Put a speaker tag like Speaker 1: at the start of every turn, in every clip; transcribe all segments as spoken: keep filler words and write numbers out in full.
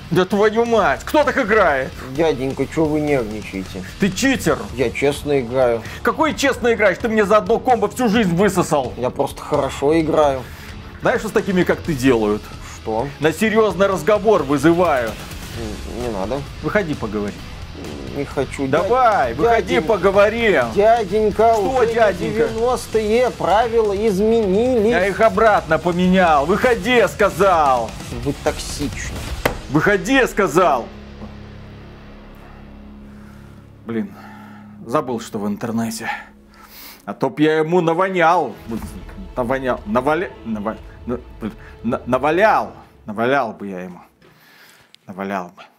Speaker 1: Да твою мать, кто так играет?
Speaker 2: Дяденька, что вы нервничаете?
Speaker 1: Ты читер.
Speaker 2: Я честно играю.
Speaker 1: Какой честно играешь? Ты мне за одно комбо всю жизнь высосал.
Speaker 2: Я просто хорошо играю.
Speaker 1: Знаешь, что с такими, как ты, делают?
Speaker 2: Что?
Speaker 1: На серьезный разговор вызывают.
Speaker 2: Не, не надо.
Speaker 1: Выходи, поговори.
Speaker 2: Не хочу.
Speaker 1: Давай,
Speaker 2: Дядь...
Speaker 1: выходи,
Speaker 2: дяденька,
Speaker 1: поговорим.
Speaker 2: Дяденька,
Speaker 1: что,
Speaker 2: уже
Speaker 1: дяденька?
Speaker 2: девяностые правила изменились.
Speaker 1: Я их обратно поменял. Выходи, сказал.
Speaker 2: Вы токсичны.
Speaker 1: Выходи, сказал. Блин, забыл, что в интернете. А то б я ему навонял. Навонял. Наваля... Нава... На... Навалял. Навалял бы я ему. Навалял бы.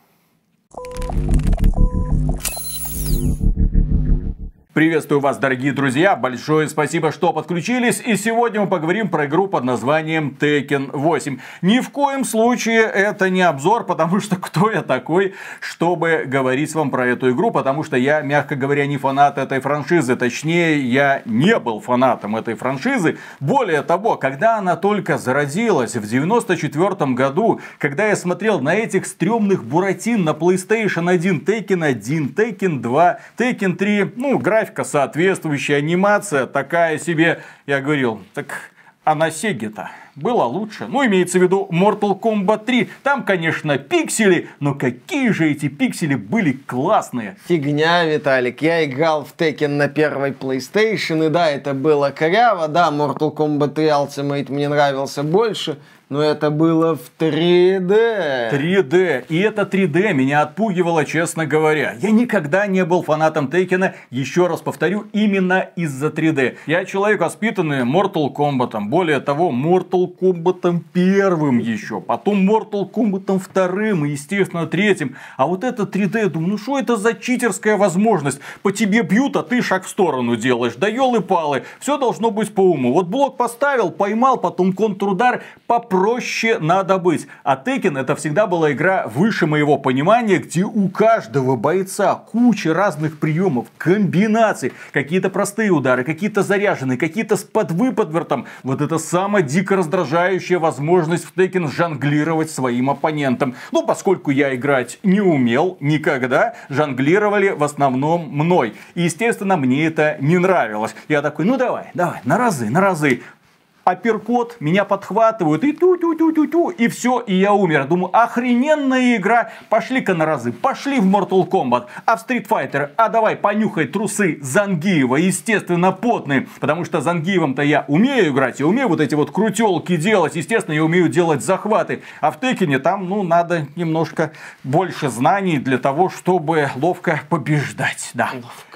Speaker 1: Приветствую вас, дорогие друзья, большое спасибо, что подключились, и сегодня мы поговорим про игру под названием Tekken восемь. Ни в коем случае это не обзор, потому что кто я такой, чтобы говорить вам про эту игру, потому что я, мягко говоря, не фанат этой франшизы, точнее, я не был фанатом этой франшизы. Более того, когда она только зародилась в девяносто четвёртом году, когда я смотрел на этих стрёмных буратин на PlayStation один, Tekken один, Tekken два, Tekken три, ну, графика соответствующая, анимация такая себе. Я говорил, так а на Сеге-то было лучше. Ну, имеется в виду Mortal Kombat три. Там, конечно, пиксели, но какие же эти пиксели были классные.
Speaker 2: Фигня, Виталик. Я играл в Tekken на первой PlayStation, и да, это было коряво. Да, Mortal Kombat три Ultimate мне нравился больше. Но это было в три дэ.
Speaker 1: три дэ. И это три дэ меня отпугивало, честно говоря. Я никогда не был фанатом Текена, еще раз повторю, именно из-за три дэ. Я человек, воспитанный Mortal Kombat. Более того, Mortal Kombat первым еще. Потом Mortal Kombat вторым и, естественно, третьим. А вот это три дэ, я думаю, ну что это за читерская возможность? По тебе бьют, а ты шаг в сторону делаешь. Да елы-палы. Все должно быть по уму. Вот блок поставил, поймал, потом контрудар, попробовал. Проще надо быть. А Tekken это всегда была игра выше моего понимания, где у каждого бойца куча разных приемов, комбинаций. Какие-то простые удары, какие-то заряженные, какие-то с подвыподвертом. Вот это самая дико раздражающая возможность в Tekken жонглировать своим оппонентом. Ну, поскольку я играть не умел никогда, жонглировали в основном мной. И, естественно, мне это не нравилось. Я такой, ну давай, давай, на разы, на разы. Апперкот, меня подхватывают, и ту-ту-ту-ту-ту, и все, и я умер. Думаю, охрененная игра, пошли-ка на разы, пошли в Mortal Kombat, а в Street Fighter, а давай понюхай трусы Зангиева, естественно, потные, потому что Зангиевым-то я умею играть, я умею вот эти вот крутелки делать, естественно, я умею делать захваты, а в Текене там, ну, надо немножко больше знаний для того, чтобы ловко побеждать, да.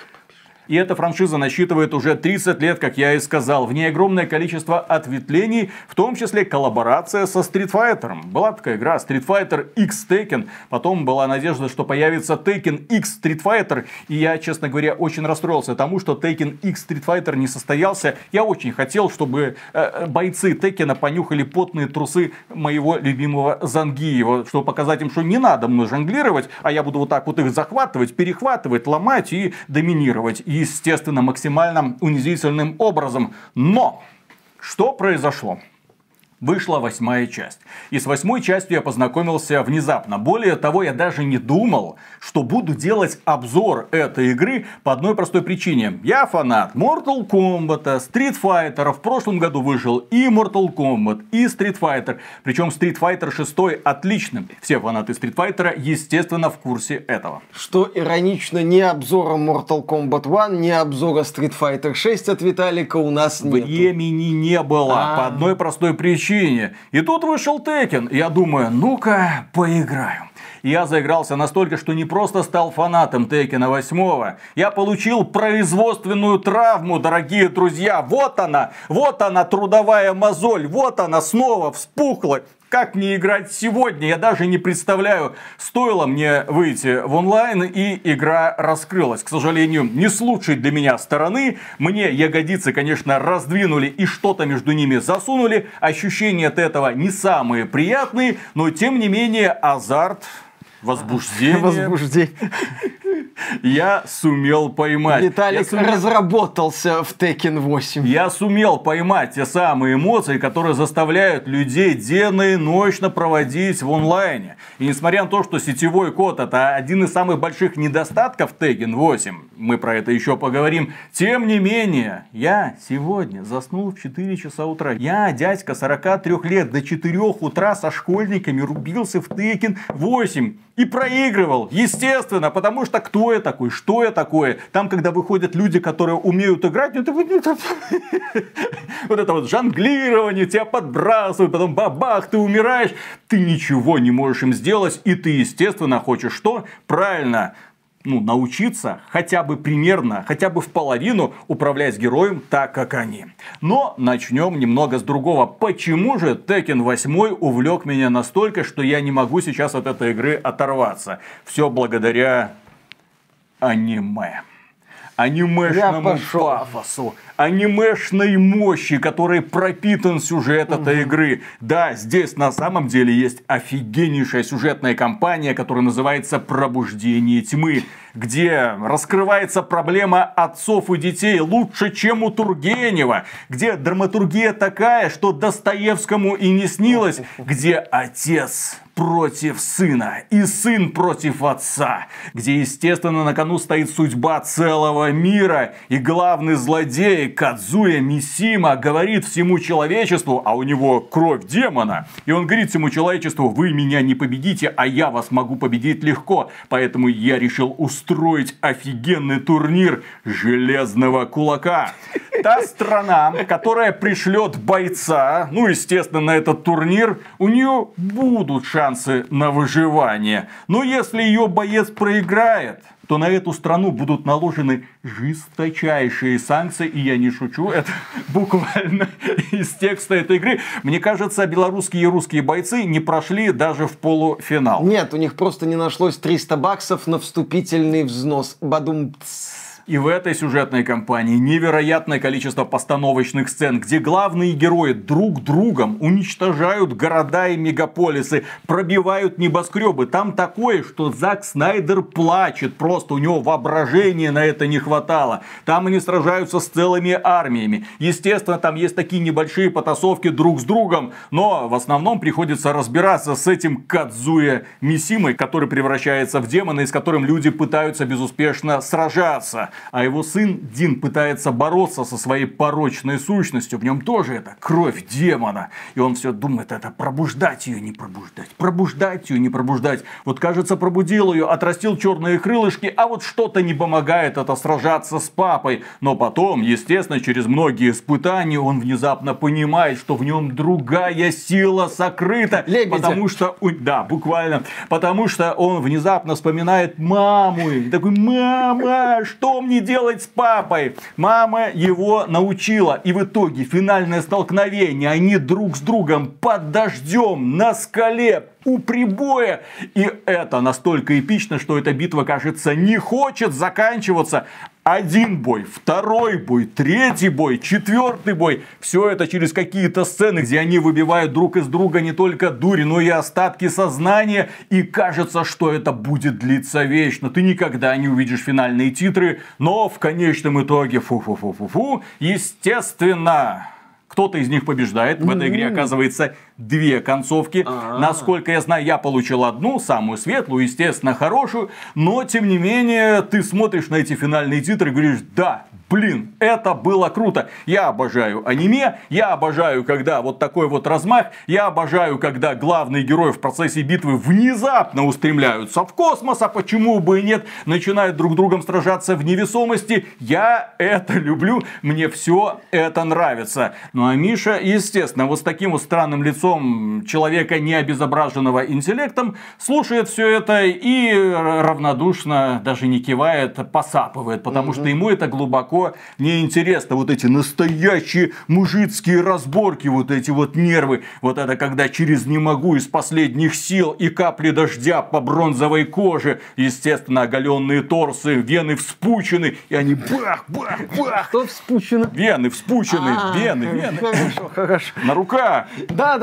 Speaker 1: И эта франшиза насчитывает уже тридцать лет, как я и сказал. В ней огромное количество ответвлений, в том числе коллаборация со Street Fighter. Была такая игра Street Fighter X Tekken. Потом была надежда, что появится Tekken X Street Fighter. И я, честно говоря, очень расстроился тому, что Tekken X Street Fighter не состоялся. Я очень хотел, чтобы э, бойцы Текена понюхали потные трусы моего любимого Зангиева. Чтобы показать им, что не надо мной жонглировать, а я буду вот так вот их захватывать, перехватывать, ломать и доминировать. Естественно, максимально унизительным образом. Но что произошло? Вышла восьмая часть. И с восьмой частью я познакомился внезапно. Более того, я даже не думал, что буду делать обзор этой игры по одной простой причине. Я фанат Mortal Kombat, Street Fighter. В прошлом году вышел и Mortal Kombat, и Street Fighter. Причем Street Fighter шесть отличным. Все фанаты Street Fighter, естественно, в курсе этого.
Speaker 2: Что иронично, ни обзора Mortal Kombat один, ни обзора Street Fighter шесть от Виталика у нас нет.
Speaker 1: Времени не было. А-а-а. По одной простой причине. И тут вышел Tekken. Я думаю, ну-ка, поиграю. Я заигрался настолько, что не просто стал фанатом Текена восемь. Я получил производственную травму, дорогие друзья. Вот она, вот она, трудовая мозоль. Вот она снова вспухла. Как мне играть сегодня, я даже не представляю. Стоило мне выйти в онлайн, и игра раскрылась. К сожалению, не с лучшей для меня стороны. Мне ягодицы, конечно, раздвинули и что-то между ними засунули. Ощущения от этого не самые приятные, но тем не менее азарт возбуждение.
Speaker 2: Возбуждение.
Speaker 1: Я сумел поймать.
Speaker 2: Виталик
Speaker 1: сумел...
Speaker 2: разработался в Tekken восемь.
Speaker 1: Я сумел поймать те самые эмоции, которые заставляют людей денно и ночно проводить в онлайне. И несмотря на то, что сетевой код это один из самых больших недостатков Tekken восемь, мы про это еще поговорим, тем не менее, я сегодня заснул в четыре часа утра. Я, дядька сорока трёх лет, до четырёх утра со школьниками рубился в Tekken восемь. И проигрывал, естественно, потому что кто я такой, что я такое. Там, когда выходят люди, которые умеют играть, это вот это вот жонглирование, тебя подбрасывают, потом бабах, ты умираешь. Ты ничего не можешь им сделать, и ты, естественно, хочешь что? Правильно. Ну, научиться хотя бы примерно, хотя бы в половину управлять героем так, как они. Но начнем немного с другого. Почему же Tekken восемь увлек меня настолько, что я не могу сейчас от этой игры оторваться? Все благодаря аниме. Анимешному пафосу, анимешной мощи, которой пропитан сюжет угу. этой игры. Да, здесь на самом деле есть офигеннейшая сюжетная кампания, которая называется «Пробуждение тьмы», где раскрывается проблема отцов и детей лучше, чем у Тургенева, где драматургия такая, что Достоевскому и не снилось, где отец против сына и сын против отца, где, естественно, на кону стоит судьба целого мира, и главный злодей Кадзуя Мисима говорит всему человечеству, а у него кровь демона, и он говорит всему человечеству: вы меня не победите, а я вас могу победить легко, поэтому я решил устроить офигенный турнир железного кулака. Та страна, которая пришлет бойца, ну, естественно, на этот турнир, у нее будут шансы на выживание. Но если ее боец проиграет, то на эту страну будут наложены жесточайшие санкции. И я не шучу, это буквально из текста этой игры. Мне кажется, белорусские и русские бойцы не прошли даже в полуфинал.
Speaker 2: Нет, у них просто не нашлось триста баксов на вступительный взнос. Бадум.
Speaker 1: И в этой сюжетной кампании невероятное количество постановочных сцен, где главные герои друг другом уничтожают города и мегаполисы, пробивают небоскребы. Там такое, что Зак Снайдер плачет, просто у него воображения на это не хватало. Там они сражаются с целыми армиями. Естественно, там есть такие небольшие потасовки друг с другом, но в основном приходится разбираться с этим Кадзуя Мисимой, который превращается в демона и с которым люди пытаются безуспешно сражаться. А его сын Дин пытается бороться со своей порочной сущностью. В нем тоже это кровь демона. И он все думает, это пробуждать ее, не пробуждать. Пробуждать ее, не пробуждать. Вот, кажется, пробудил ее, отрастил черные крылышки, а вот что-то не помогает это сражаться с папой. Но потом, естественно, через многие испытания он внезапно понимает, что в нем другая сила сокрыта.
Speaker 2: Лебедя.
Speaker 1: Потому что, да, буквально. Потому что он внезапно вспоминает маму. И такой: мама, что мне делать с папой? Мама его научила. И в итоге финальное столкновение. Они друг с другом под дождем на скале у прибоя. И это настолько эпично, что эта битва, кажется, не хочет заканчиваться. Один бой, второй бой, третий бой, четвертый бой. Все это через какие-то сцены, где они выбивают друг из друга не только дури, но и остатки сознания. И кажется, что это будет длиться вечно. Ты никогда не увидишь финальные титры. Но в конечном итоге, фу-фу-фу-фу-фу, естественно, кто-то из них побеждает. В этой игре оказывается две концовки. А-а-а. Насколько я знаю, я получил одну, самую светлую, естественно, хорошую. Но, тем не менее, ты смотришь на эти финальные титры и говоришь: да, блин, это было круто. Я обожаю аниме, я обожаю, когда вот такой вот размах. Я обожаю, когда главные герои в процессе битвы внезапно устремляются в космос, а почему бы и нет, начинают друг с другом сражаться в невесомости. Я это люблю, мне все это нравится. Ну а Миша, естественно, вот с таким вот странным лицом человека, не обезображенного интеллектом, слушает все это и равнодушно, даже не кивает, посапывает, потому mm-hmm. что ему это глубоко неинтересно. Вот эти настоящие мужицкие разборки, вот эти вот нервы, вот это когда через «не могу» из последних сил и капли дождя по бронзовой коже, естественно, оголенные торсы, вены вспучены, и они бах, бах, бах.
Speaker 2: Что вспучено?
Speaker 1: Вены вспучены, вены, вены.
Speaker 2: Хорошо, хорошо.
Speaker 1: На руках.
Speaker 2: Да, да,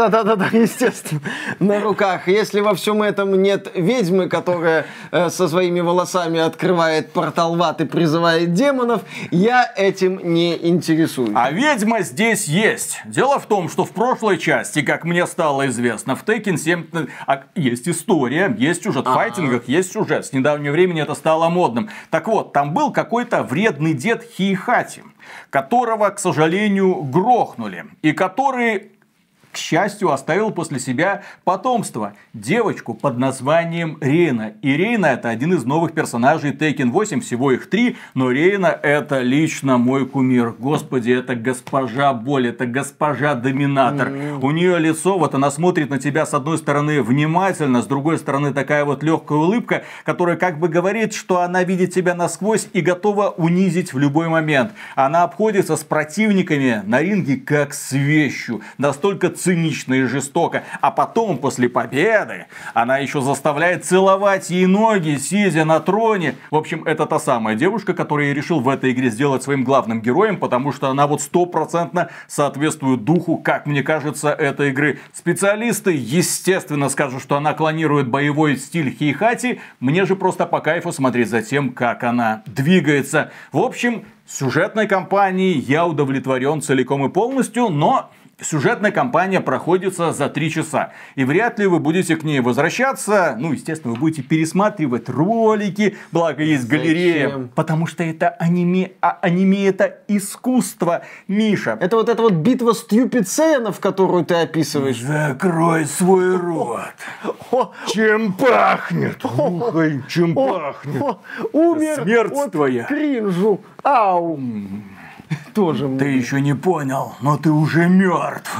Speaker 2: Да-да-да, естественно, на руках. Если во всем этом нет ведьмы, которая э, со своими волосами открывает портал в ад и призывает демонов, я этим не интересуюсь.
Speaker 1: А ведьма здесь есть. Дело в том, что в прошлой части, как мне стало известно, в Tekken семь а, есть история, есть сюжет. В файтингах есть сюжет. С недавнего времени это стало модным. Так вот, там был какой-то вредный дед Хейхати, которого, к сожалению, грохнули. И который, к счастью, оставил после себя потомство. Девочку под названием Рейна. И Рейна — это один из новых персонажей Tekken восемь. Всего их три. Но Рейна — это лично мой кумир. Господи, это госпожа боль. Это госпожа доминатор. Mm-hmm. У нее лицо, вот она смотрит на тебя с одной стороны внимательно, с другой стороны такая вот легкая улыбка, которая как бы говорит, что она видит тебя насквозь и готова унизить в любой момент. Она обходится с противниками на ринге как с вещью. Настолько цинично и жестоко. А потом, после победы, она еще заставляет целовать ей ноги, сидя на троне. В общем, это та самая девушка, которую я решил в этой игре сделать своим главным героем, потому что она вот стопроцентно соответствует духу, как мне кажется, этой игры. Специалисты, естественно, скажут, что она клонирует боевой стиль Хейхати. Мне же просто по кайфу смотреть за тем, как она двигается. В общем, сюжетной кампанией я удовлетворен целиком и полностью, но сюжетная кампания проходится за три часа. И вряд ли вы будете к ней возвращаться. Ну, естественно, вы будете пересматривать ролики. Благо есть галерея.
Speaker 2: Зачем?
Speaker 1: Потому что это аниме. А аниме — это искусство, Миша.
Speaker 2: Это вот эта вот битва стьюпид сейенов, которую ты описываешь.
Speaker 1: Закрой свой рот. Чем пахнет? Ухай, чем пахнет?
Speaker 2: Умер
Speaker 1: Смерть
Speaker 2: от
Speaker 1: твоя.
Speaker 2: кринжу. Ау. Тоже
Speaker 1: Ты еще не понял, но ты уже мертв.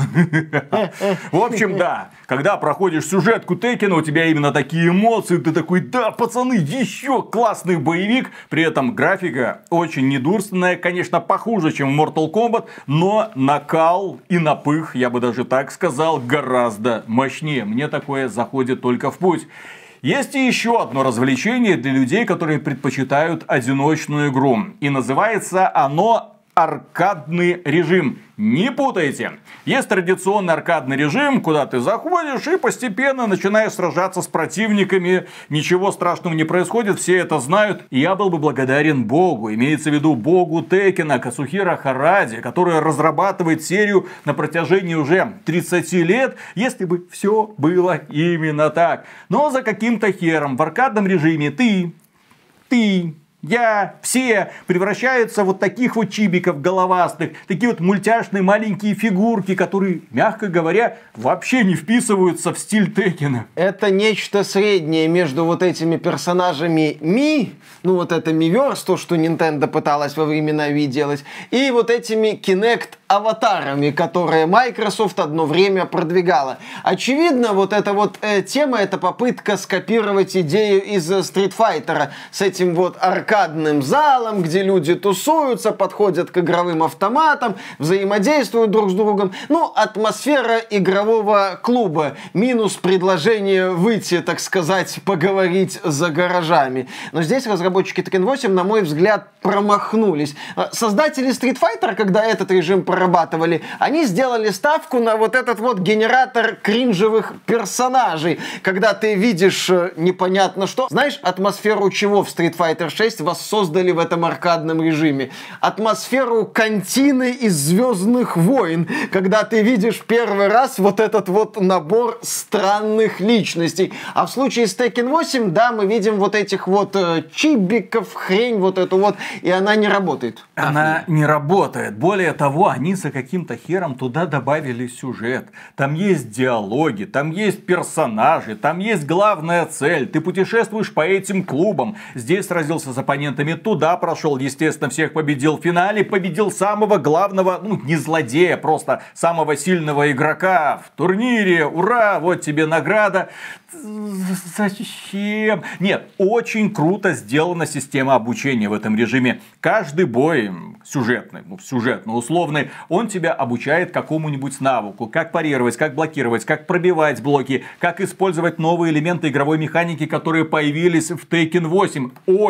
Speaker 1: В общем, да, когда проходишь сюжетку Текена, у тебя именно такие эмоции, ты такой: да, пацаны, еще классный боевик. При этом графика очень недурственная, конечно, похуже, чем в Mortal Kombat, но накал и напых, я бы даже так сказал, гораздо мощнее. Мне такое заходит только в путь. Есть и еще одно развлечение для людей, которые предпочитают одиночную игру. И называется оно аркадный режим. Не путайте. Есть традиционный аркадный режим, куда ты заходишь и постепенно начинаешь сражаться с противниками. Ничего страшного не происходит, все это знают. И я был бы благодарен Богу, имеется в виду Богу Текена, Кацухиро Харади, который разрабатывает серию на протяжении уже тридцати лет, если бы все было именно так. Но за каким-то хером в аркадном режиме ты, ты... Я, все превращаются в вот таких вот чибиков головастых, такие вот мультяшные маленькие фигурки, которые, мягко говоря, вообще не вписываются в стиль Текена.
Speaker 2: Это нечто среднее между вот этими персонажами Ми, ну вот это Miiverse, то, что Nintendo пыталась во времена Wii делать, и вот этими Kinect аватарами, которые Microsoft одно время продвигала. Очевидно, вот эта вот э, тема, это попытка скопировать идею из Street Fighter с этим вот аркадным залом, где люди тусуются, подходят к игровым автоматам, взаимодействуют друг с другом. Ну, атмосфера игрового клуба. Минус предложение выйти, так сказать, поговорить за гаражами. Но здесь разработчики Tekken восемь, на мой взгляд, промахнулись. Создатели Street Fighter, когда этот режим прорабатывали, они сделали ставку на вот этот вот генератор кринжевых персонажей. Когда ты видишь э, непонятно что. Знаешь, атмосферу чего в Street Fighter шесть воссоздали в этом аркадном режиме? Атмосферу кантины из Звездных войн. Когда ты видишь первый раз вот этот вот набор странных личностей. А в случае с Tekken восемь, да, мы видим вот этих вот э, чибиков, хрень вот эту вот, и она не работает.
Speaker 1: Она не работает. Более того, они за каким-то хером туда добавили сюжет. Там есть диалоги, там есть персонажи, там есть главная цель. Ты путешествуешь по этим клубам. Здесь сразился с оппонентами, туда прошел, естественно, всех победил в финале. Победил самого главного, ну не злодея, просто самого сильного игрока в турнире. Ура, вот тебе награда. Зачем? Нет, очень круто сделана система обучения в этом режиме. Каждый бой сюжетный, ну, сюжетно условный, он тебя обучает какому-нибудь навыку. Как парировать, как блокировать, как пробивать блоки, как использовать новые элементы игровой механики, которые появились в Tekken восемь. Очень хорошо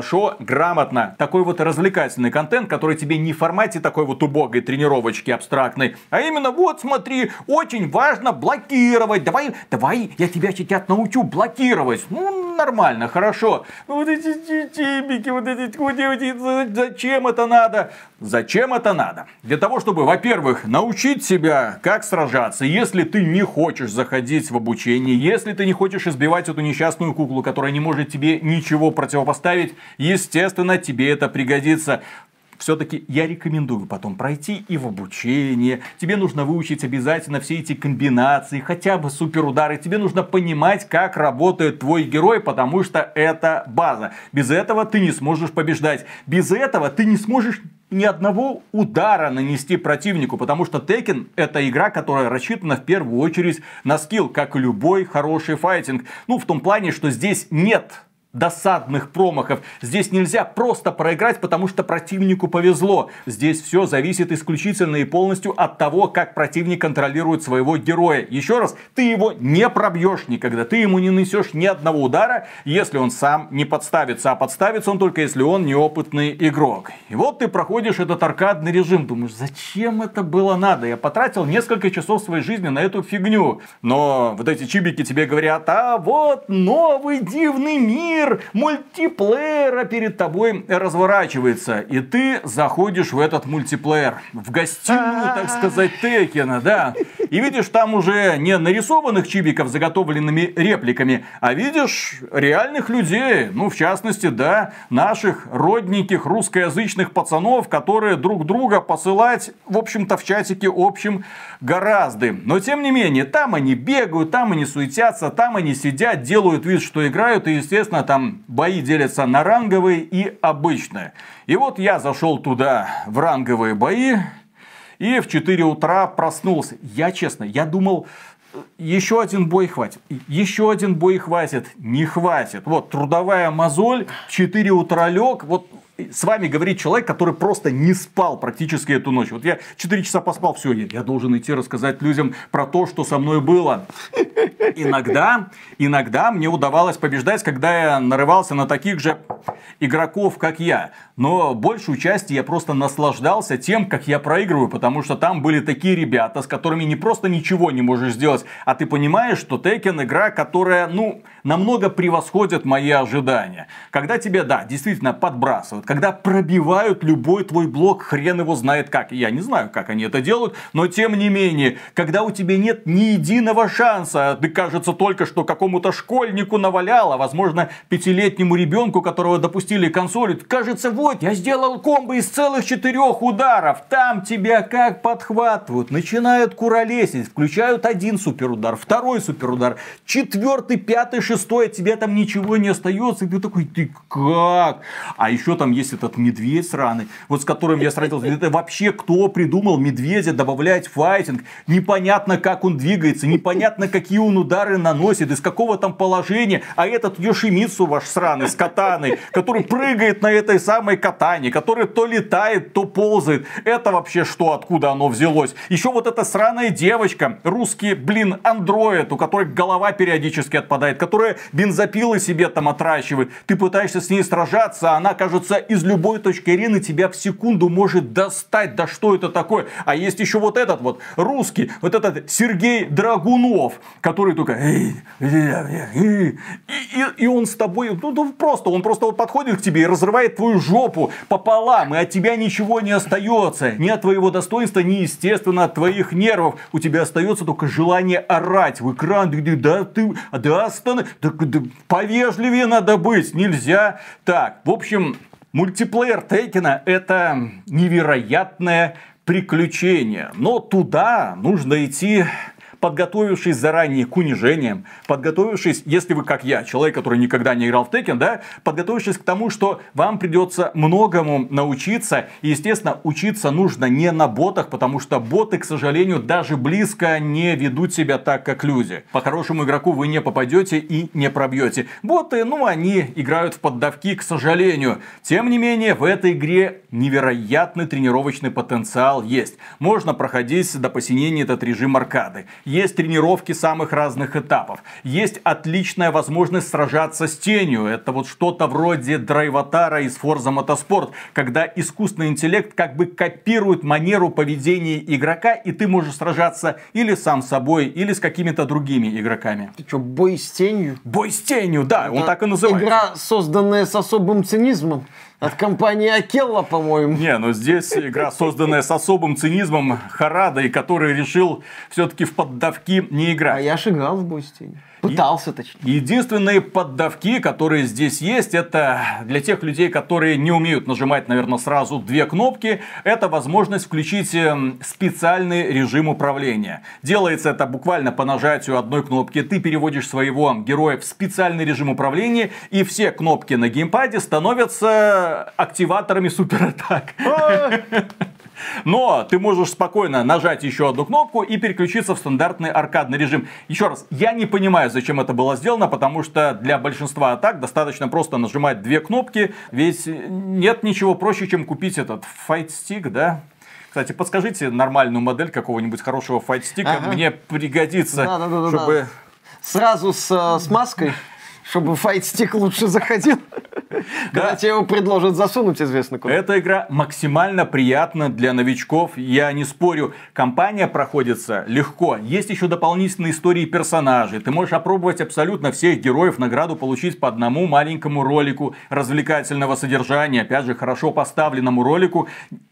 Speaker 1: хорошо, грамотно. Такой вот развлекательный контент, который тебе не в формате такой вот убогой тренировочки абстрактной, а именно вот смотри, очень важно блокировать. Давай, давай, я тебя сейчас научу блокировать. Ну, нормально, хорошо. Ну, вот эти чибики, вот эти, вот эти, зачем это надо? Зачем это надо? Для того, чтобы, во-первых, научить себя, как сражаться. Если ты не хочешь заходить в обучение, если ты не хочешь избивать эту несчастную куклу, которая не может тебе ничего противопоставить, естественно, тебе это пригодится. Все-таки я рекомендую потом пройти и в обучение. Тебе нужно выучить обязательно все эти комбинации, хотя бы суперудары. Тебе нужно понимать, как работает твой герой, потому что это база. Без этого ты не сможешь побеждать. Без этого ты не сможешь ни одного удара нанести противнику, потому что Tekken — это игра, которая рассчитана в первую очередь на скилл, как и любой хороший файтинг. Ну, в том плане, что здесь нет досадных промахов. Здесь нельзя просто проиграть, потому что противнику повезло. Здесь все зависит исключительно и полностью от того, как противник контролирует своего героя. Еще раз, ты его не пробьешь никогда. Ты ему не нанесешь ни одного удара, если он сам не подставится. А подставится он только, если он неопытный игрок. И вот ты проходишь этот аркадный режим. Думаешь, зачем это было надо? Я потратил несколько часов своей жизни на эту фигню. Но вот эти чибики тебе говорят: а вот новый дивный мир мультиплеера перед тобой разворачивается. И ты заходишь в этот мультиплеер. В гостиную, так сказать, Текена, да. И видишь там уже не нарисованных чибиков с заготовленными репликами, а видишь реальных людей. Ну, в частности, да, наших родненьких русскоязычных пацанов, которые друг друга посылать, в общем-то, в чатике общем гораздо. Но, тем не менее, там они бегают, там они суетятся, там они сидят, делают вид, что играют, и, естественно, там бои делятся на ранговые и обычные. И вот я зашел туда в ранговые бои и в четыре утра проснулся. Я, честно, я думал, еще один бой хватит. Еще один бой хватит. Не хватит. Вот трудовая мозоль, в четыре утра лег. Вот с вами говорит человек, который просто не спал практически эту ночь. Вот я четыре часа поспал, все, я, я должен идти рассказать людям про то, что со мной было. Иногда, иногда мне удавалось побеждать, когда я нарывался на таких же игроков, как я. Но большую часть я просто наслаждался тем, как я проигрываю, потому что там были такие ребята, с которыми не просто ничего не можешь сделать, а ты понимаешь, что Tekken игра, которая, ну, намного превосходит мои ожидания. Когда тебе, да, действительно подбрасывают, когда пробивают любой твой блок, хрен его знает как. Я не знаю, как они это делают, но тем не менее, когда у тебя нет ни единого шанса, ты, кажется, только что какому-то школьнику навалял, а возможно пятилетнему ребенку, которого допустили к консоли, кажется, вот, я сделал комбо из целых четырех ударов, там тебя как подхватывают, начинают куролесить, включают один суперудар, второй суперудар, четвертый, пятый, шестой, от тебя там ничего не остается, и ты такой, ты как? А еще там есть этот медведь сраный, вот с которым я сразился. Это вообще кто придумал медведя добавлять в файтинг? Непонятно, как он двигается, непонятно, какие он удары наносит, из какого там положения. А этот Йошимитсу ваш сраный с катаной, который прыгает на этой самой катане, который то летает, то ползает. Это вообще что, откуда оно взялось? Еще вот эта сраная девочка, русский, блин, андроид, у которой голова периодически отпадает, которая бензопилы себе там отращивает. Ты пытаешься с ней сражаться, а она, кажется, из любой точки арены тебя в секунду может достать. Да что это такое? А есть еще вот этот вот русский, вот этот Сергей Драгунов, который только... И, и, и он с тобой... Ну, ну, просто, он просто вот подходит к тебе и разрывает твою жопу пополам, и от тебя ничего не остается. Ни от твоего достоинства, ни, естественно, от твоих нервов. У тебя остается только желание орать в экран. Да ты... Да, остан... да, да повежливее надо быть. Нельзя. Так, в общем... Мультиплеер Текена — это невероятное приключение. Но туда нужно идти, подготовившись заранее к унижениям, подготовившись, если вы как я, человек, который никогда не играл в Tekken, да, подготовившись к тому, что вам придется многому научиться. И, естественно, учиться нужно не на ботах, потому что боты, к сожалению, даже близко не ведут себя так, как люди. По хорошему игроку вы не попадете и не пробьете. Боты, ну, они играют в поддавки, к сожалению. Тем не менее, в этой игре невероятный тренировочный потенциал есть. Можно проходить до посинения этот режим аркады. есть тренировки самых разных этапов, есть отличная возможность сражаться с тенью. Это вот что-то вроде драйватара из Forza Motorsport, когда искусственный интеллект как бы копирует манеру поведения игрока, и ты можешь сражаться или сам с собой, или с какими-то другими игроками.
Speaker 2: Ты что, бой с тенью?
Speaker 1: Бой с тенью, да, это он так и называется.
Speaker 2: Игра, созданная с особым цинизмом. От компании Акелла, по-моему.
Speaker 1: Не, ну здесь игра, созданная с особым цинизмом Харадой, который решил все-таки в поддавки не играть.
Speaker 2: А я ж играл в бой с тенью. Пытался, точнее.
Speaker 1: Единственные поддавки, которые здесь есть, это для тех людей, которые не умеют нажимать, наверное, сразу две кнопки, это возможность включить специальный режим управления. Делается это буквально по нажатию одной кнопки. Ты переводишь своего героя в специальный режим управления, и все кнопки на геймпаде становятся активаторами суператак. Но ты можешь спокойно нажать еще одну кнопку и переключиться в стандартный аркадный режим. Еще раз, я не понимаю, зачем это было сделано, потому что для большинства атак достаточно просто нажимать две кнопки. Ведь нет ничего проще, чем купить этот файт-стик, да? Кстати, подскажите нормальную модель какого-нибудь хорошего файт-стика. Ага. Мне пригодится,
Speaker 2: да, да, да,
Speaker 1: чтобы...
Speaker 2: Да. Сразу с смазкой, чтобы файт-стик лучше заходил. Когда тебе его предложат засунуть, известно куда.
Speaker 1: Эта игра максимально приятна для новичков, я не спорю. Кампания проходится легко. Есть еще дополнительные истории персонажей. Ты можешь опробовать абсолютно всех героев, награду получить по одному маленькому ролику развлекательного содержания. Опять же, хорошо поставленному ролику.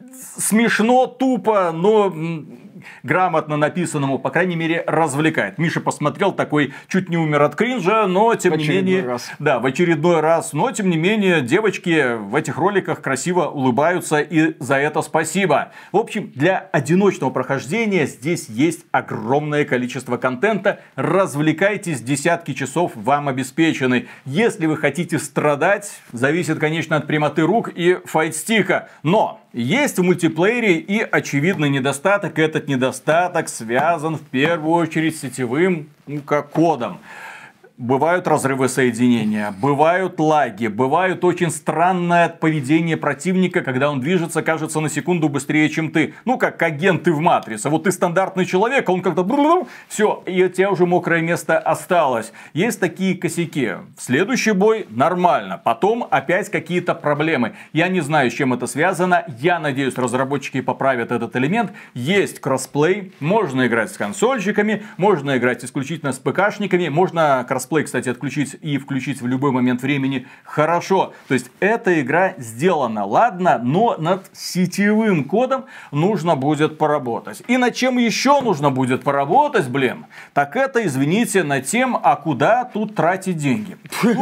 Speaker 1: Смешно, тупо, но... грамотно написанному, по крайней мере, развлекает. Миша посмотрел такой, чуть не умер от кринжа, но тем не менее...
Speaker 2: раз.
Speaker 1: Да, в очередной раз. Но тем не менее, девочки в этих роликах красиво улыбаются, и за это спасибо. В общем, для одиночного прохождения здесь есть огромное количество контента. Развлекайтесь, десятки часов вам обеспечены. Если вы хотите страдать, зависит, конечно, от прямоты рук и файтстика. Но есть в мультиплеере и очевидный недостаток. Этот недостаток связан в первую очередь с сетевым, ну, как кодом. Бывают разрывы соединения, бывают лаги, бывают очень странное поведение противника, когда он движется, кажется, на секунду быстрее, чем ты. Ну, как агенты в Матрице. Вот ты стандартный человек, а он как-то... Все, и у тебя уже мокрое место осталось. Есть такие косяки. В следующий бой нормально. Потом опять какие-то проблемы. Я не знаю, с чем это связано. Я надеюсь, разработчики поправят этот элемент. Есть кроссплей. Можно играть с консольщиками, можно играть исключительно с ПКшниками, можно кроссплей, кстати, отключить и включить в любой момент времени. Хорошо. То есть, эта игра сделана, ладно, но над сетевым кодом нужно будет поработать. И над чем еще нужно будет поработать, блин, так это, извините, над тем, а куда тут тратить деньги.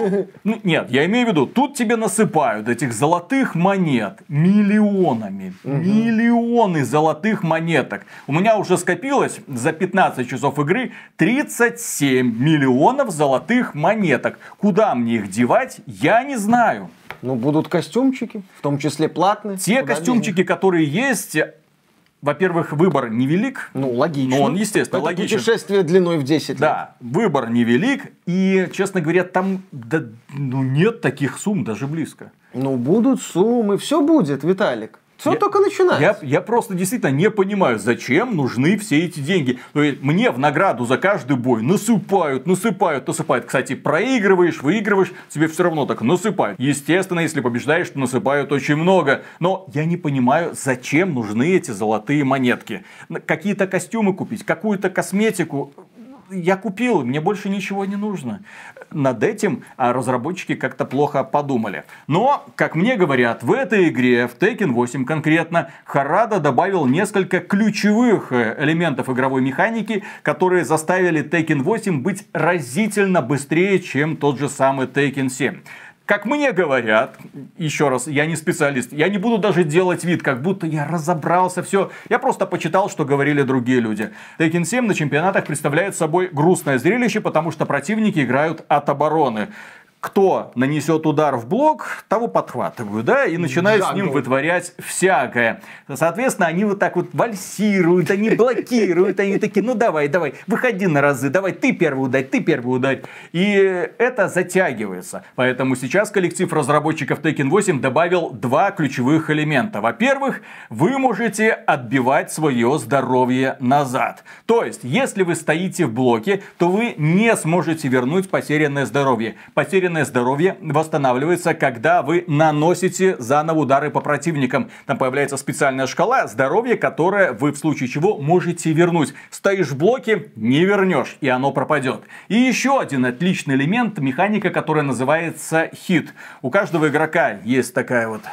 Speaker 1: Ну, нет, я имею в виду, тут тебе насыпают этих золотых монет миллионами. Миллионы золотых монеток. У меня уже скопилось за пятнадцать часов игры тридцать семь миллионов золотых монеток. Куда мне их девать, я не знаю.
Speaker 2: Ну, будут костюмчики, в том числе платные.
Speaker 1: Те
Speaker 2: Куда
Speaker 1: костюмчики, которые есть, во-первых, выбор невелик.
Speaker 2: Ну, логично.
Speaker 1: Но он, естественно,
Speaker 2: это
Speaker 1: логичен.
Speaker 2: Путешествие длиной в десять лет.
Speaker 1: Да, выбор невелик. И, честно говоря, там да, ну, нет таких сумм даже близко.
Speaker 2: Ну, будут суммы. Все будет, Виталик. Все я, только начинается.
Speaker 1: Я, я просто действительно не понимаю, зачем нужны все эти деньги. То есть, мне в награду за каждый бой насыпают, насыпают, насыпают. Кстати, проигрываешь, выигрываешь, тебе все равно так насыпают. Естественно, если побеждаешь, то насыпают очень много. Но я не понимаю, зачем нужны эти золотые монетки. Какие-то костюмы купить, какую-то косметику. Я купил, мне больше ничего не нужно. Над этим разработчики как-то плохо подумали. Но, как мне говорят, в этой игре, в Tekken восемь конкретно, Харада добавил несколько ключевых элементов игровой механики, которые заставили Tekken восемь быть разительно быстрее, чем тот же самый Tekken семь. Как мне говорят, еще раз, я не специалист, я не буду даже делать вид, как будто я разобрался, все. Я просто почитал, что говорили другие люди. Tekken семь на чемпионатах представляет собой грустное зрелище, потому что противники играют от обороны. кто нанесет удар в блок, того подхватываю, да, и начинаю
Speaker 2: Джагл.
Speaker 1: с ним вытворять всякое. Соответственно, они вот так вот вальсируют, они блокируют, они такие, ну давай, давай, выходи на разы, давай, ты первый ударь, ты первый ударь. И это затягивается. Поэтому сейчас коллектив разработчиков Tekken восемь добавил два ключевых элемента. Во-первых, вы можете отбивать свое здоровье назад. То есть, если вы стоите в блоке, то вы не сможете вернуть потерянное здоровье. Потерянное здоровье восстанавливается, когда вы наносите заново удары по противникам. Там появляется специальная шкала здоровья, которая вы в случае чего можете вернуть. Стоишь в блоке, не вернешь, и оно пропадет. И еще один отличный элемент, механика, которая называется хит. У каждого игрока есть такая вот...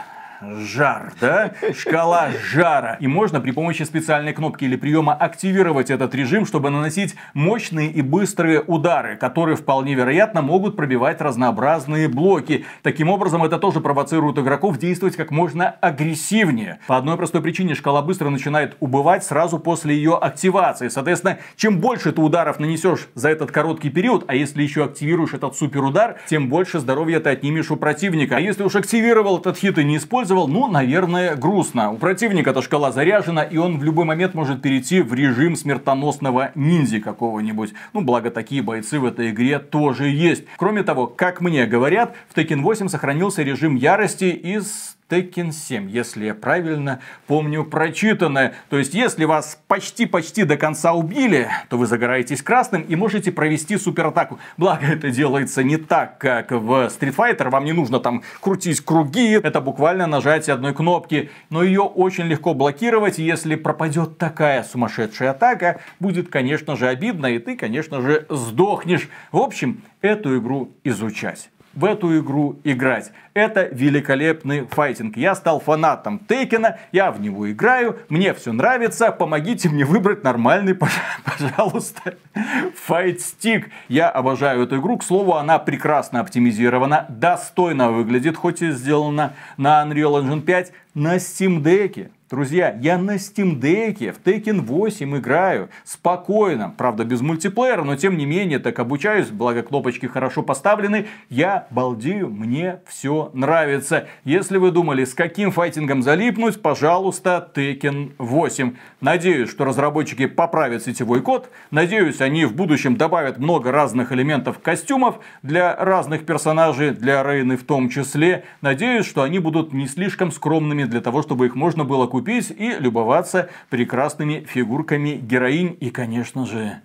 Speaker 1: жар, да? Шкала жара. И можно при помощи специальной кнопки или приема активировать этот режим, чтобы наносить мощные и быстрые удары, которые вполне вероятно могут пробивать разнообразные блоки. Таким образом, это тоже провоцирует игроков действовать как можно агрессивнее. По одной простой причине шкала быстро начинает убывать сразу после ее активации. Соответственно, чем больше ты ударов нанесешь за этот короткий период, а если еще активируешь этот суперудар, тем больше здоровья ты отнимешь у противника. А если уж активировал этот хит и не использовал, ну, наверное, грустно. У противника эта шкала заряжена, и он в любой момент может перейти в режим смертоносного ниндзя какого-нибудь. Ну, благо, такие бойцы в этой игре тоже есть. Кроме того, как мне говорят, в Tekken восемь сохранился режим ярости из Tekken семь, если я правильно помню прочитанное. То есть, если вас почти-почти до конца убили, то вы загораетесь красным и можете провести суператаку. Благо, это делается не так, как в Street Fighter. Вам не нужно там крутить круги. Это буквально нажатие одной кнопки. Но ее очень легко блокировать. И если пропадет такая сумасшедшая атака, будет, конечно же, обидно. И ты, конечно же, сдохнешь. В общем, эту игру изучать. В эту игру играть. Это великолепный файтинг. Я стал фанатом Тейкена, я в него играю, мне все нравится. Помогите мне выбрать нормальный, пожалуйста, файтстик. Я обожаю эту игру. К слову, она прекрасно оптимизирована, достойно выглядит, хоть и сделана на Unreal Engine пять на Steam Deck. Друзья, я на Steam Deck в Tekken восемь играю спокойно. Правда, без мультиплеера, но тем не менее, так обучаюсь. Благо, кнопочки хорошо поставлены. Я балдею, мне все нравится. Если вы думали, с каким файтингом залипнуть, пожалуйста, Tekken восемь. Надеюсь, что разработчики поправят сетевой код. Надеюсь, они в будущем добавят много разных элементов костюмов для разных персонажей, для Рейны в том числе. Надеюсь, что они будут не слишком скромными для того, чтобы их можно было купить и любоваться прекрасными фигурками героинь и, конечно же,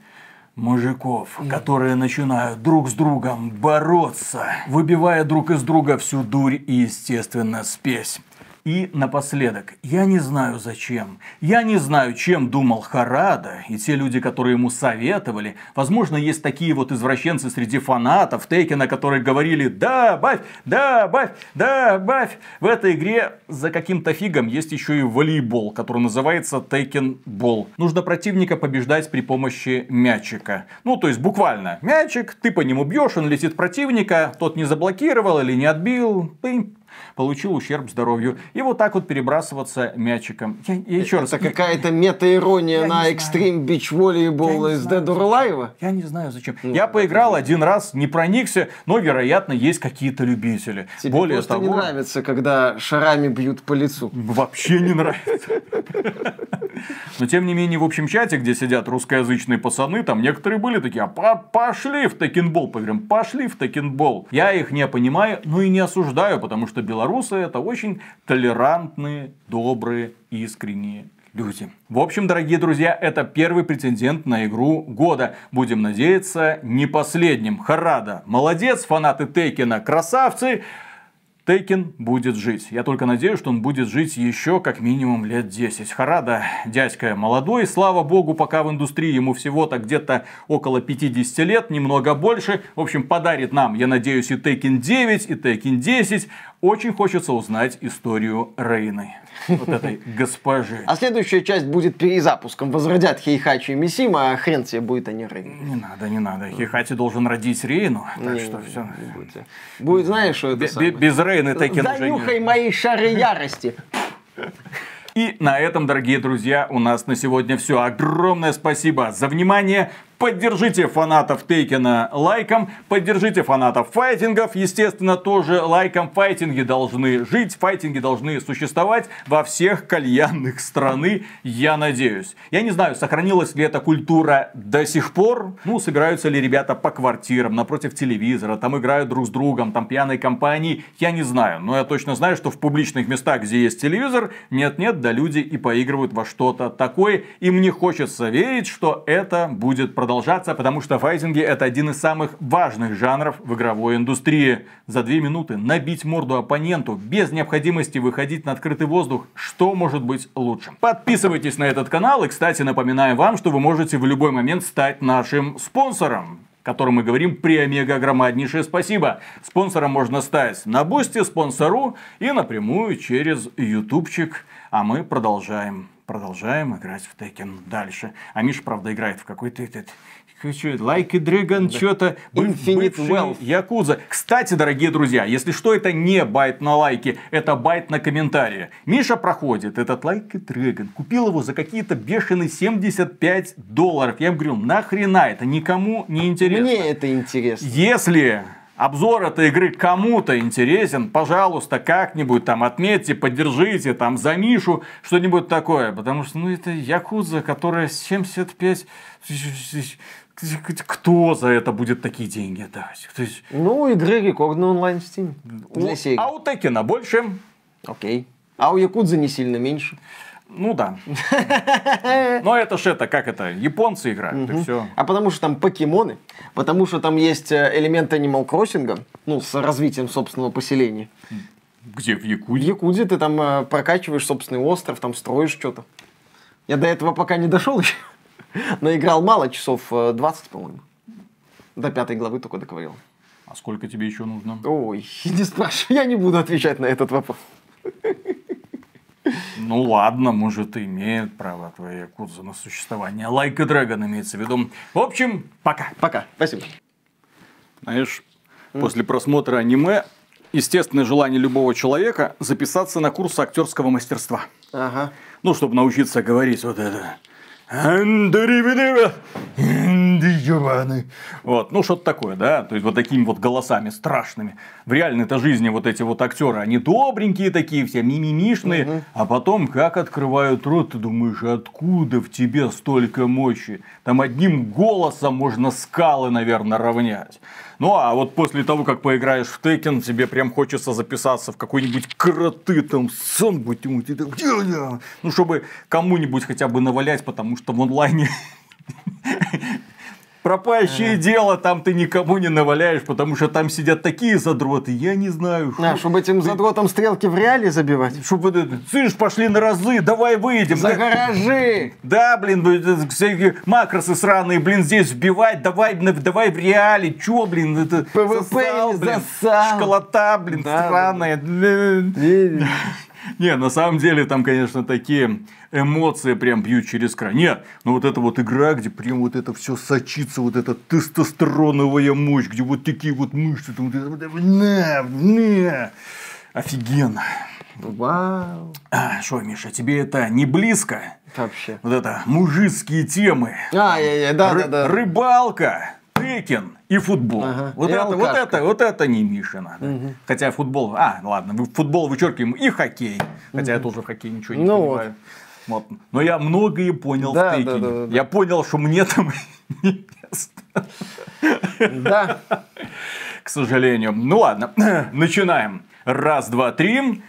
Speaker 1: мужиков, которые начинают друг с другом бороться, выбивая друг из друга всю дурь и, естественно, спесь. И напоследок, я не знаю зачем, я не знаю, чем думал Харада и те люди, которые ему советовали. Возможно, есть такие вот извращенцы среди фанатов Тейкена, которые говорили: добавь, добавь, добавь. В этой игре за каким-то фигом есть еще и волейбол, который называется Tekken Ball. Нужно противника побеждать при помощи мячика. Ну, то есть буквально мячик, ты по нему бьешь, он летит противника, тот не заблокировал или не отбил, ты получил ущерб здоровью. И вот так вот перебрасываться мячиком. Я, я еще
Speaker 2: Это
Speaker 1: раз...
Speaker 2: какая-то мета-ирония на Extreme Beach Volleyball из Dead or Alive?
Speaker 1: Я не знаю зачем. Ну, я поиграл один раз, не проникся, но, вероятно, есть какие-то любители.
Speaker 2: Тебе
Speaker 1: Более
Speaker 2: просто
Speaker 1: того...
Speaker 2: не нравится, когда шарами бьют по лицу.
Speaker 1: Вообще не нравится. Но, тем не менее, в общем чате, где сидят русскоязычные пацаны, там некоторые были такие: а пошли в Tekken Ball, поговорим, пошли в Tekken Ball. Я их не понимаю, но и не осуждаю, потому что белорусы это очень толерантные, добрые, искренние люди. В общем, дорогие друзья, это первый претендент на игру года. Будем надеяться, не последним. Харада молодец, фанаты Тейкена красавцы. Тейкен будет жить. Я только надеюсь, что он будет жить еще как минимум лет десять. Харада, дядька молодой, слава богу, пока в индустрии ему всего-то где-то около пятидесяти лет, немного больше. В общем, подарит нам, я надеюсь, и Tekken девять, и Tekken десять. Очень хочется узнать историю Рейны. Вот этой госпожи.
Speaker 2: А следующая часть будет перезапуском. Возродят Хейхачи и Мисима, а хрен тебе будет, а не Рейна.
Speaker 1: Не надо, не надо. Хейхачи должен родить Рейну. Так
Speaker 2: не,
Speaker 1: что
Speaker 2: не,
Speaker 1: все.
Speaker 2: Не будет. будет, знаешь, что это самое?
Speaker 1: Без Рейны Tekken уже не...
Speaker 2: Занюхай мои шары ярости.
Speaker 1: И на этом, дорогие друзья, у нас на сегодня все. Огромное спасибо за внимание. Поддержите фанатов Тейкена лайком, поддержите фанатов файтингов, естественно, тоже лайком. Файтинги должны жить, файтинги должны существовать во всех кальянных страны, я надеюсь. Я не знаю, сохранилась ли эта культура до сих пор. Ну, собираются ли ребята по квартирам, напротив телевизора, там играют друг с другом, там пьяной компании, я не знаю. Но я точно знаю, что в публичных местах, где есть телевизор, нет-нет, да люди и поигрывают во что-то такое. И мне хочется верить, что это будет продолжаться. продолжаться, потому что файтинги это один из самых важных жанров в игровой индустрии. За две минуты набить морду оппоненту без необходимости выходить на открытый воздух, что может быть лучше? Подписывайтесь на этот канал и, кстати, напоминаю вам, что вы можете в любой момент стать нашим спонсором, о котором мы говорим при омега громаднейшее спасибо. Спонсором можно стать на Бусти, спонсору и напрямую через ютубчик. А мы продолжаем. Продолжаем играть в Tekken дальше. А Миша, правда, играет в какой-то этот... Like a Dragon, да. Что-то...
Speaker 2: Infinite Wealth.
Speaker 1: Якудза. Кстати, дорогие друзья, если что, это не байт на лайки, это байт на комментарии. Миша проходит этот Like a Dragon. Купил его за какие-то бешеные семьдесят пять долларов. Я ему говорю, нахрена это никому не интересно.
Speaker 2: Мне это интересно.
Speaker 1: Если... обзор этой игры кому-то интересен, пожалуйста, как-нибудь там отметьте, поддержите, там, за Мишу, что-нибудь такое. Потому что, ну, это Якудза, которая семьдесят пять... Кто за это будет такие деньги давать? То есть...
Speaker 2: Ну, игры рекордный онлайн в Steam.
Speaker 1: Для серии. А у Текена больше.
Speaker 2: Окей. А у Якудзы не сильно меньше.
Speaker 1: Ну да. Но это ж это, как это, японцы играют, и все.
Speaker 2: А потому что там покемоны, потому что там есть элемент Animal Crossing, ну, с развитием собственного поселения.
Speaker 1: Где, в Якудзе?
Speaker 2: В Якудзе ты там прокачиваешь собственный остров, там строишь что-то. Я до этого пока не дошел еще. Наиграл мало, часов двадцать, по-моему. До пятой главы только доковырял.
Speaker 1: А сколько тебе еще нужно?
Speaker 2: Ой, не спрашивай, я не буду отвечать на этот вопрос.
Speaker 1: Ну ладно, может, и имеет право твоя Якудза на существование. Like a Dragon имеется в виду. В общем, пока.
Speaker 2: Пока, спасибо.
Speaker 1: Знаешь, mm. после просмотра аниме, естественное желание любого человека записаться на курс актерского мастерства.
Speaker 2: Ага.
Speaker 1: Ну, чтобы научиться говорить вот это. Вот, ну что-то такое, да, то есть вот такими вот голосами страшными. В реальной-то жизни вот эти вот актеры, они добренькие такие, все мимимишные, угу. А потом как открывают рот, ты думаешь, откуда в тебе столько мощи? Там одним голосом можно скалы, наверное, равнять. Ну, а вот после того, как поиграешь в Tekken, тебе прям хочется записаться в какой-нибудь кроты, там, сон быть, ну, чтобы кому-нибудь хотя бы навалять, потому что в онлайне пропащее дело, там ты никому не наваляешь, потому что там сидят такие задроты, я не знаю.
Speaker 2: А, чтобы этим задротам стрелки в реале забивать?
Speaker 1: Чтобы, слышь, пошли на разы, давай выйдем.
Speaker 2: За гаражи!
Speaker 1: Да, блин, всякие макросы сраные, блин, здесь вбивать, давай, давай в реале, чё, блин, это...
Speaker 2: ПВП не засал.
Speaker 1: Школота, блин, да, странная. Да. Не, на самом деле там, конечно, такие эмоции прям бьют через край. Нет, ну вот эта вот игра, где прям вот это все сочится, вот эта тестостероновая мощь, где вот такие вот мышцы, там, вот это, на, на. Офигенно.
Speaker 2: Вау.
Speaker 1: А, шо, Миша, тебе это не близко?
Speaker 2: Вообще.
Speaker 1: Вот это мужицкие темы.
Speaker 2: А, я, я, да,
Speaker 1: Ры-
Speaker 2: да, да.
Speaker 1: Рыбалка, Tekken и футбол.
Speaker 2: Ага.
Speaker 1: Вот,
Speaker 2: И
Speaker 1: это, вот,
Speaker 2: алкашка.
Speaker 1: это, вот это не Мишина. Угу. Хотя футбол... А, ладно, вы футбол вычеркиваем и хоккей. Хотя угу. я тоже в хоккей ничего не
Speaker 2: ну
Speaker 1: понимаю. Вот. Вот. Но я многое понял
Speaker 2: да,
Speaker 1: в Теккене.
Speaker 2: да, да, да.
Speaker 1: Я понял, что мне там не место.
Speaker 2: Да.
Speaker 1: К сожалению. Ну ладно, начинаем. Раз, два, три.